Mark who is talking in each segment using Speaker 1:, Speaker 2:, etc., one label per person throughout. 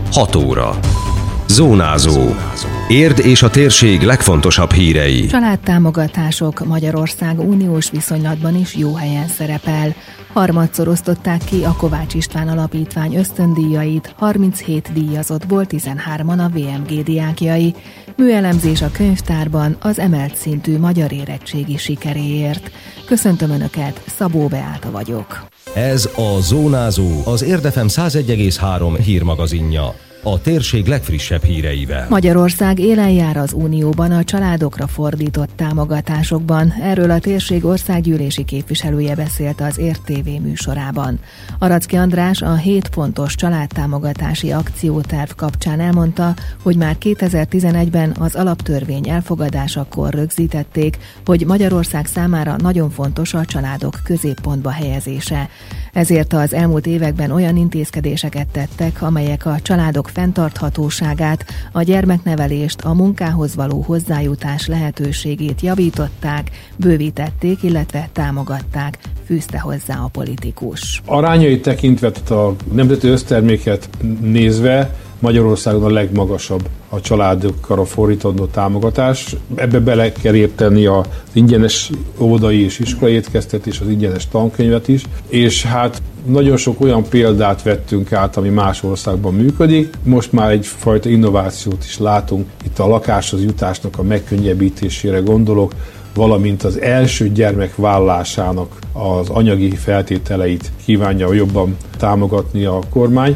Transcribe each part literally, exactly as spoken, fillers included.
Speaker 1: hat óra. Zónázó. Érd és a térség legfontosabb hírei.
Speaker 2: Családtámogatások. Magyarország uniós viszonylatban is jó helyen szerepel. Harmadszor osztották ki a Kovács István Alapítvány ösztöndíjait, harminchét díjazottból tizenhárman a vé em gé diákjai. Műelemzés a könyvtárban az emelt szintű magyar érettségi sikeréért. Köszöntöm Önöket, Szabó Beáta vagyok.
Speaker 1: Ez a Zónázó, az Érd ef em száz egy egész három hírmagazinja. A térség legfrissebb híreivel.
Speaker 2: Magyarország élen jár az Unióban a családokra fordított támogatásokban. Erről a térség országgyűlési képviselője beszélt az Érd té vé műsorában. Aracki András a hét pontos családtámogatási akcióterv kapcsán elmondta, hogy már kétezer-tizenegyben az alaptörvény elfogadásakor rögzítették, hogy Magyarország számára nagyon fontos a családok középpontba helyezése. Ezért az elmúlt években olyan intézkedéseket tettek, amelyek a családok fenntarthatóságát, a gyermeknevelést, a munkához való hozzájutás lehetőségét javították, bővítették, illetve támogatták, fűzte hozzá a politikus.
Speaker 3: Arányait tekintve, tehát a nemzeti összterméket nézve Magyarországon a legmagasabb a családokra fordítandó támogatás. Ebbe bele kell érteni az ingyenes óvodai és iskolai étkeztetés, az ingyenes tankönyvet is, és hát nagyon sok olyan példát vettünk át, ami más országban működik. Most már egyfajta innovációt is látunk. Itt a lakáshoz jutásnak a megkönnyebbítésére gondolok, valamint az első gyermek vállalásának az anyagi feltételeit kívánja jobban támogatni a kormány.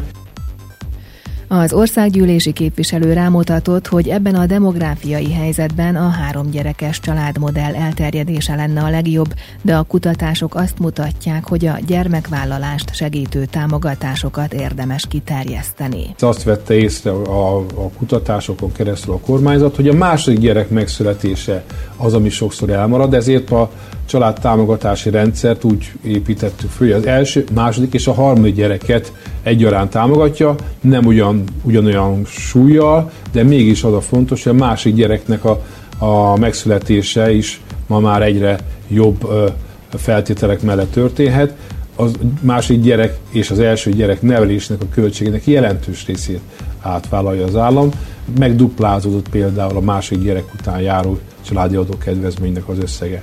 Speaker 2: Az országgyűlési képviselő rámutatott, hogy ebben a demográfiai helyzetben a három gyerekes családmodell elterjedése lenne a legjobb, de a kutatások azt mutatják, hogy a gyermekvállalást segítő támogatásokat érdemes kiterjeszteni.
Speaker 3: Azt vette észre a, a kutatásokon keresztül a kormányzat, hogy a második gyerek megszületése az, ami sokszor elmarad, ezért a családtámogatási rendszert úgy építettük föl, hogy az első, második és a harmadik gyereket egyaránt támogatja, nem ugyan, ugyanolyan súllyal, de mégis az a fontos, hogy a másik gyereknek a, a megszületése is ma már egyre jobb ö, feltételek mellett történhet. A másik gyerek és az első gyerek nevelésnek a költségének jelentős részét átvállalja az állam. Megduplázódott például a másik gyerek után járó családi adókedvezménynek az összege.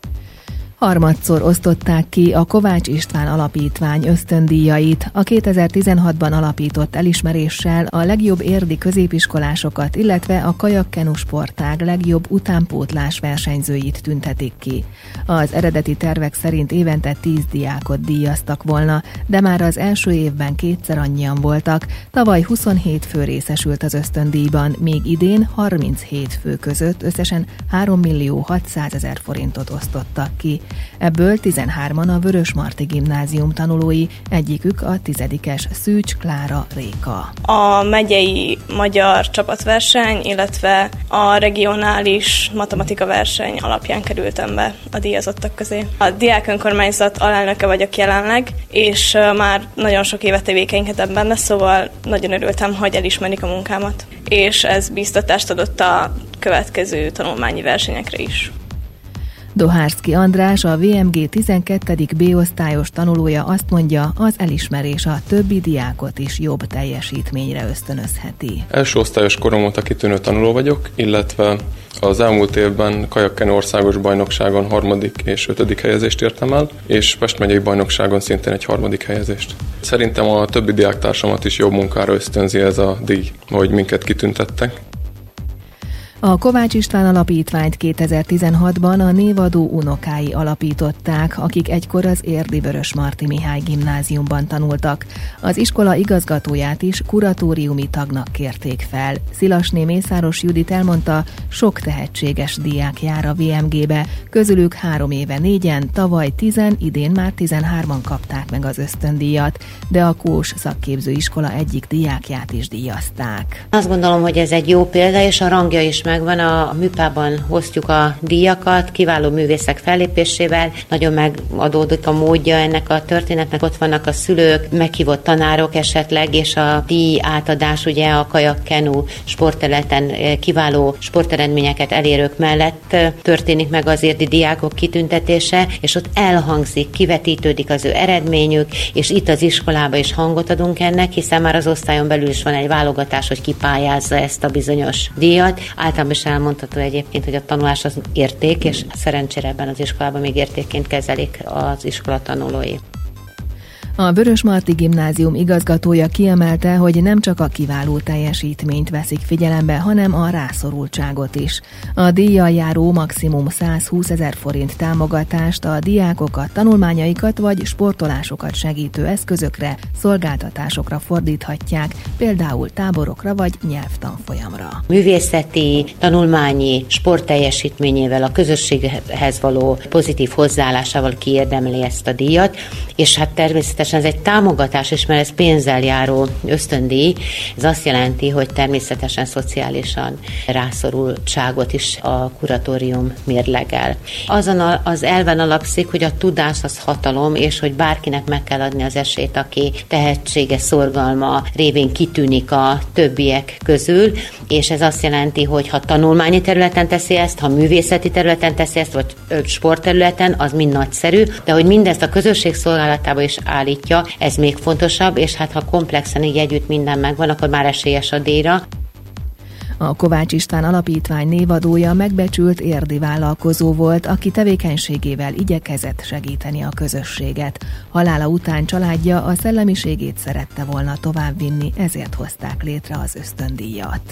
Speaker 2: Harmadszor osztották ki a Kovács István Alapítvány ösztöndíjait. A kétezer-tizenhatban alapított elismeréssel a legjobb érdi középiskolásokat, illetve a kajakkenu sportág legjobb utánpótlás versenyzőit tüntetik ki. Az eredeti tervek szerint évente tíz diákot díjaztak volna, de már az első évben kétszer annyian voltak. Tavaly huszonhét fő részesült az ösztöndíjban, még idén harminchét fő között összesen három millió hatszázezer forintot osztottak ki. Ebből tizenhárman a Vörösmarty Gimnázium tanulói, egyikük a tizedikes Szűcs Klára Réka.
Speaker 4: A megyei magyar csapatverseny, illetve a regionális matematika verseny alapján kerültem be a díjazottak közé. A diák önkormányzat alelnöke vagyok jelenleg, és már nagyon sok éve tevékenykedem benne, szóval nagyon örültem, hogy elismerik a munkámat. És ez bíztatást adott a következő tanulmányi versenyekre is.
Speaker 2: Dohárszky András, a vé em gé tizenkettedik B-osztályos tanulója azt mondja, az elismerés a többi diákot is jobb teljesítményre ösztönözheti.
Speaker 5: Első osztályos korom óta kitűnő tanuló vagyok, illetve az elmúlt évben kajakkenu országos bajnokságon harmadik és ötödik helyezést értem el, és Pest megyei bajnokságon szintén egy harmadik helyezést. Szerintem a többi diáktársamat is jobb munkára ösztönzi ez a díj, hogy minket kitüntettek.
Speaker 2: A Kovács István Alapítványt kétezer-tizenhatban a névadó unokái alapították, akik egykor az érdi Vörösmarty Mihály Gimnáziumban tanultak. Az iskola igazgatóját is kuratóriumi tagnak kérték fel. Szilasné Mészáros Judit elmondta, sok tehetséges diák jár a vé em gébe, közülük három éve négyen, tavaly tizen, idén már tizenhárman kapták meg az ösztöndíjat, de a Kós szakképzőiskola egyik diákját is díjazták.
Speaker 6: Azt gondolom, hogy ez egy jó példa, és a rangja is megvan, a műpában osztjuk a díjakat, kiváló művészek fellépésével, nagyon megadódott a módja ennek a történetnek, ott vannak a szülők, meghívott tanárok esetleg, és a díj átadás ugye a kajak-kenu sportterületen kiváló sporteredményeket elérők mellett történik meg az érdi diákok kitüntetése, és ott elhangzik, kivetítődik az ő eredményük, és itt az iskolába is hangot adunk ennek, hiszen már az osztályon belül is van egy válogatás, hogy kipályázza ezt a bizonyos díjat. Általában is elmondható egyébként, hogy a tanulás az érték, és szerencsére ebben az iskolában még értékként kezelik az iskola tanulói.
Speaker 2: A Vörösmarty Gimnázium igazgatója kiemelte, hogy nem csak a kiváló teljesítményt veszik figyelembe, hanem a rászorultságot is. A díjjal járó maximum százhúszezer forint támogatást a diákokat, tanulmányaikat vagy sportolásokat segítő eszközökre, szolgáltatásokra fordíthatják, például táborokra vagy nyelvtanfolyamra.
Speaker 6: Művészeti, tanulmányi, sportteljesítményével, a közösséghez való pozitív hozzáállásával kiérdemli ezt a díjat, és hát természetesen ez egy támogatás is, mert ez pénzzel járó ösztöndíj. Ez azt jelenti, hogy természetesen szociálisan rászorultságot is a kuratórium mérlegel. Azon az elven alapszik, hogy a tudás az hatalom, és hogy bárkinek meg kell adni az esélyt, aki tehetsége, szorgalma révén kitűnik a többiek közül, és ez azt jelenti, hogy ha tanulmányi területen teszi ezt, ha művészeti területen teszi ezt, vagy sportterületen, az mind nagyszerű, de hogy mindezt a közösség szolgálatába is állítja, ez még fontosabb, és hát ha komplexen így együtt minden megvan, akkor már esélyes a díjra.
Speaker 2: A Kovács István Alapítvány névadója megbecsült érdi vállalkozó volt, aki tevékenységével igyekezett segíteni a közösséget. Halála után családja a szellemiségét szerette volna továbbvinni, ezért hozták létre az ösztöndíjat.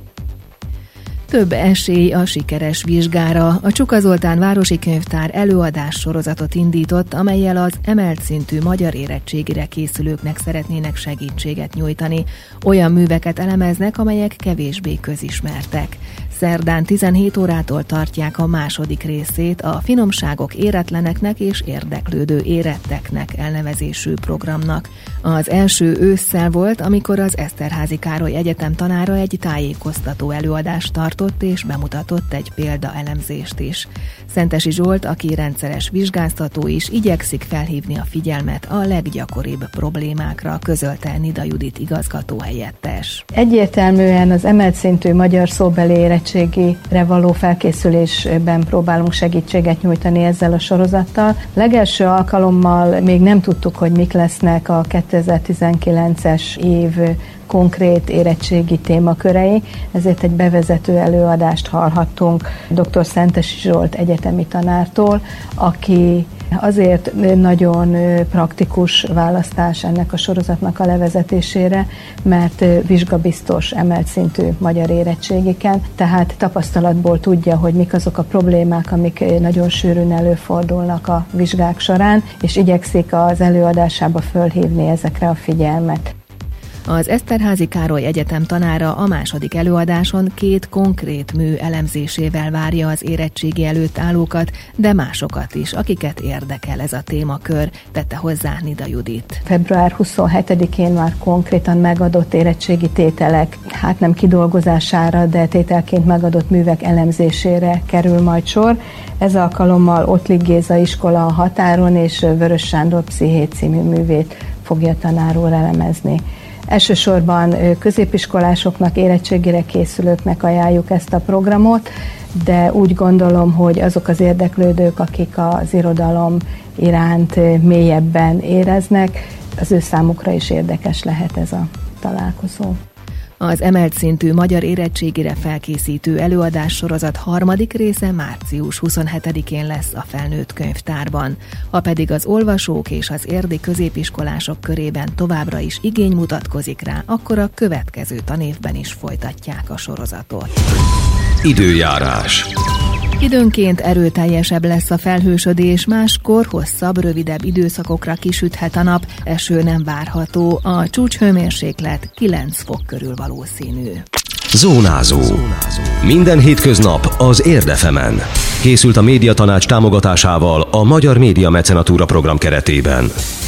Speaker 2: Több esély a sikeres vizsgára. A Csuka Zoltán Városi Könyvtár előadás sorozatot indított, amellyel az emelt szintű magyar érettségire készülőknek szeretnének segítséget nyújtani. Olyan műveket elemeznek, amelyek kevésbé közismertek. Szerdán tizenhét órától tartják a második részét a Finomságok éretleneknek és érdeklődő éretteknek elnevezésű programnak. Az első ősszel volt, amikor az Eszterházy Károly Egyetem tanára egy tájékoztató előadást tartott és bemutatott egy példaelemzést is. Szentesi Zsolt, aki rendszeres vizsgáztató is, igyekszik felhívni a figyelmet a leggyakoribb problémákra, közölte Nida Judit igazgató helyettes.
Speaker 7: Egyértelműen az emelt szintű magyar szóbeli érettségire való felkészülésben próbálunk segítséget nyújtani ezzel a sorozattal. Legelső alkalommal még nem tudtuk, hogy mik lesznek a kétezer-tizenkilences év konkrét érettségi témakörei, ezért egy bevezető előadást hallhattunk dr. Szentesi Zsolt egyetemi tanártól, aki azért nagyon praktikus választás ennek a sorozatnak a levezetésére, mert vizsgabiztos emelt szintű magyar érettségiken, tehát tapasztalatból tudja, hogy mik azok a problémák, amik nagyon sűrűn előfordulnak a vizsgák során, és igyekszik az előadásába fölhívni ezekre a figyelmet.
Speaker 2: Az Eszterházy Károly Egyetem tanára a második előadáson két konkrét mű elemzésével várja az érettségi előtt állókat, de másokat is, akiket érdekel ez a témakör, tette hozzá Nida Judit.
Speaker 7: február huszonhetedikén már konkrétan megadott érettségi tételek, hát nem kidolgozására, de tételként megadott művek elemzésére kerül majd sor. Ez alkalommal Ottlik Géza iskola a határon és Vörös Sándor Psziché című művét fogja tanár úr elemezni. Elsősorban középiskolásoknak, érettségire készülőknek ajánljuk ezt a programot, de úgy gondolom, hogy azok az érdeklődők, akik az irodalom iránt mélyebben éreznek, az ő számukra is érdekes lehet ez a találkozó.
Speaker 2: Az emelt szintű magyar érettségire felkészítő előadás sorozat harmadik része március huszonhetedikén lesz a Felnőtt Könyvtárban. Ha pedig az olvasók és az érdi középiskolások körében továbbra is igény mutatkozik rá, akkor a következő tanévben is folytatják a sorozatot.
Speaker 1: Időjárás.
Speaker 2: Időnként erőteljesebb lesz a felhősödés, máskor hosszabb, rövidebb időszakokra kisüthet a nap, eső nem várható, a csúcshőmérséklet kilenc fok körül valószínű.
Speaker 1: Zónázó. Minden hétköznap az Érd ef emen. Készült a Médiatanács támogatásával a Magyar Média Mecenatúra program keretében.